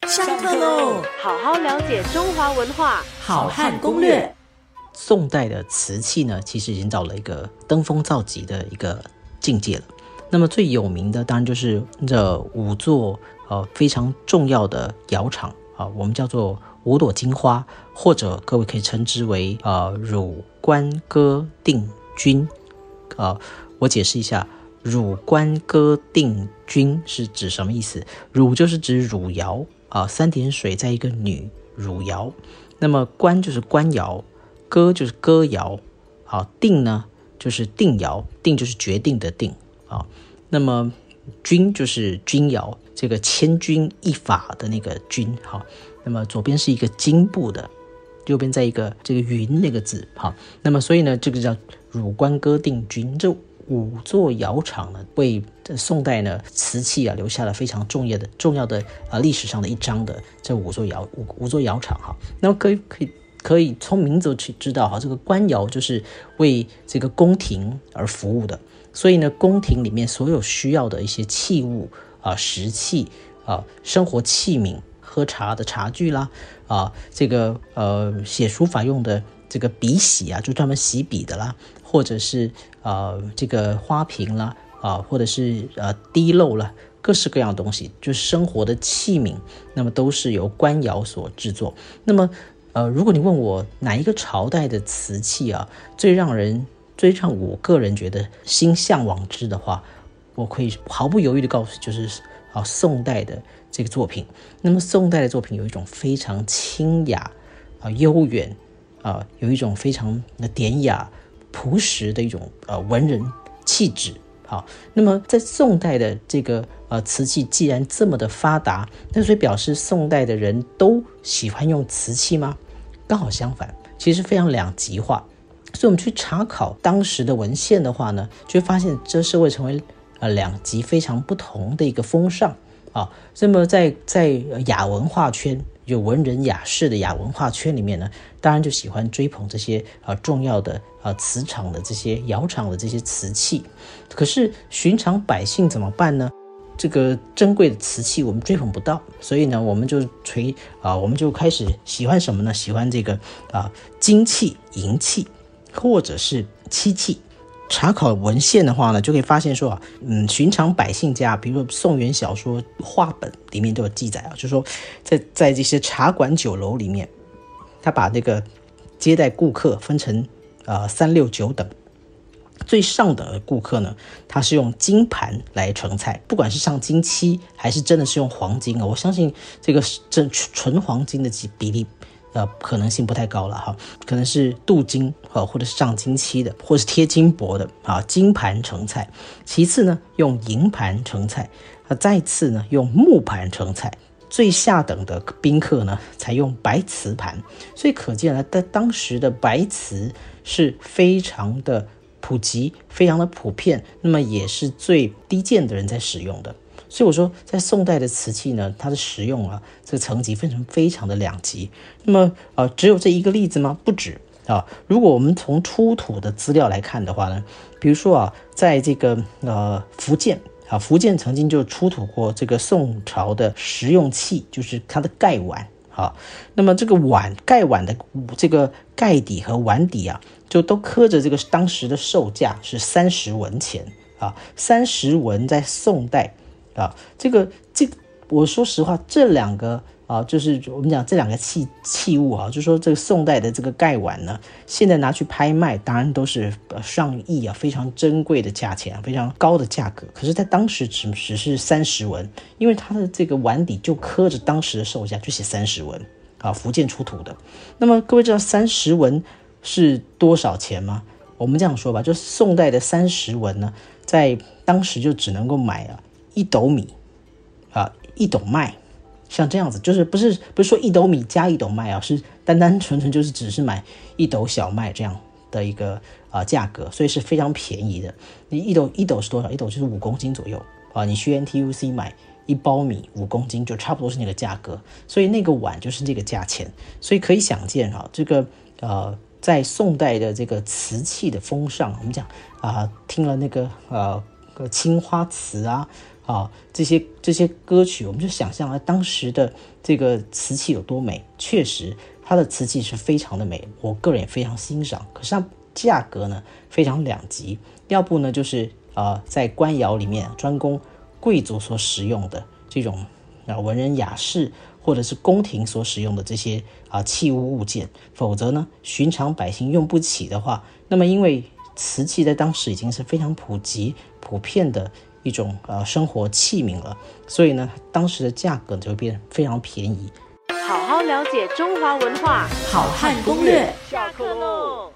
上课喽！ 好好了解中华文化， 好汉攻略。 宋代的瓷器呢，其实已经到了一个登峰造极的一个境界了。那么最有名的当然就是这五座非常重要的窑厂啊，我们叫做五朵金花，或者各位可以称之为汝官哥定钧。我解释一下，汝官哥定钧是指什么意思？汝就是指汝窑三点水在一个女，汝窑。那么官就是官窑，歌就是歌谣，定呢就是定窑，定就是决定的定那么钧就是钧窑，这个千钧一发的那个钧那么左边是一个金部的，右边在一个这个云那个字那么所以呢，这个叫汝官哥定钧。这五座窑厂呢，为宋代呢瓷器留下了非常重要的历史上的一章的这五座窑厂那么可以从名字去知道这个官窑就是为这个宫廷而服务的，所以呢，宫廷里面所有需要的一些器物食器生活器皿，喝茶的茶具啦这个写书法用的这个笔洗就专门洗笔的啦，或者是这个花瓶啦或者是滴漏啦，各式各样的东西，就是生活的器皿，那么都是由官窑所制作。那么如果你问我哪一个朝代的瓷器最让我个人觉得心向往之的话，我可以毫不犹豫的告诉，就是宋代的这个作品。那么宋代的作品有一种非常清雅悠远有一种非常典雅朴实的一种文人气质。那么在宋代的这个瓷器既然这么的发达，那所以表示宋代的人都喜欢用瓷器吗？刚好相反，其实非常两极化。所以我们去查考当时的文献的话呢，就会发现这社会成为两极非常不同的一个风尚那么在雅文化圈，有文人雅士的雅文化圈里面呢，当然就喜欢追捧这些重要的瓷厂的这些窑厂的这些瓷器。可是寻常百姓怎么办呢？这个珍贵的瓷器我们追捧不到，所以呢，我们就开始喜欢什么呢？喜欢这个金器、银器或者是漆器。查考文献的话呢，就可以发现说寻常百姓家，比如说宋元小说话本里面都有记载就是说在这些茶馆酒楼里面，他把那个接待顾客分成3、6、9等。最上等的顾客呢，他是用金盘来盛菜，不管是上金漆还是真的是用黄金我相信这个纯黄金的比例可能性不太高了可能是镀金或者是上金漆的，或是贴金箔的金盘盛菜。其次呢，用银盘盛菜再次呢，用木盘盛菜。最下等的宾客呢，才用白瓷盘。所以可见在当时的白瓷是非常的普及，非常的普遍，那么也是最低贱的人在使用的。所以我说在宋代的瓷器呢，它的使用这个层级分成非常的两极。那么只有这一个例子吗？不止如果我们从出土的资料来看的话呢，比如说在这个福建曾经就出土过这个宋朝的食用器，就是它的盖碗那么这个盖碗的这个盖底和碗底就都刻着这个当时的售价是30文钱30文在宋代这个我说实话，这两个就是我们讲这两个器物就是说这个宋代的这个盖碗呢，现在拿去拍卖，当然都是上亿非常珍贵的价钱，非常高的价格。可是在当时只是30文，因为它的这个碗底就刻着当时的售价，就写30文福建出土的。那么各位知道30文是多少钱吗？我们这样说吧，就是宋代的30文呢，在当时就只能够买1斗米1斗麦，像这样子，就是不是说1斗米加1斗麦是单纯就是只是买1斗小麦这样的一个价格，所以是非常便宜的。你一斗是多少？1斗就是5公斤左右你去 NTUC 买1包米5公斤就差不多是那个价格，所以那个碗就是这个价钱。所以可以想见这个在宋代的这个瓷器的风尚，我们讲听了那个青花瓷这些歌曲，我们就想象当时的这个瓷器有多美。确实它的瓷器是非常的美，我个人也非常欣赏，可是它价格呢非常两极，要不呢就是在官窑里面专供贵族所使用的这种文人雅士或者是宫廷所使用的这些器物物件，否则呢寻常百姓用不起的话，那么因为瓷器在当时已经是非常普及普遍的一种生活器皿了，所以呢当时的价格就会变得非常便宜。 好好了解中华文化， 好汉攻略。 下课喽。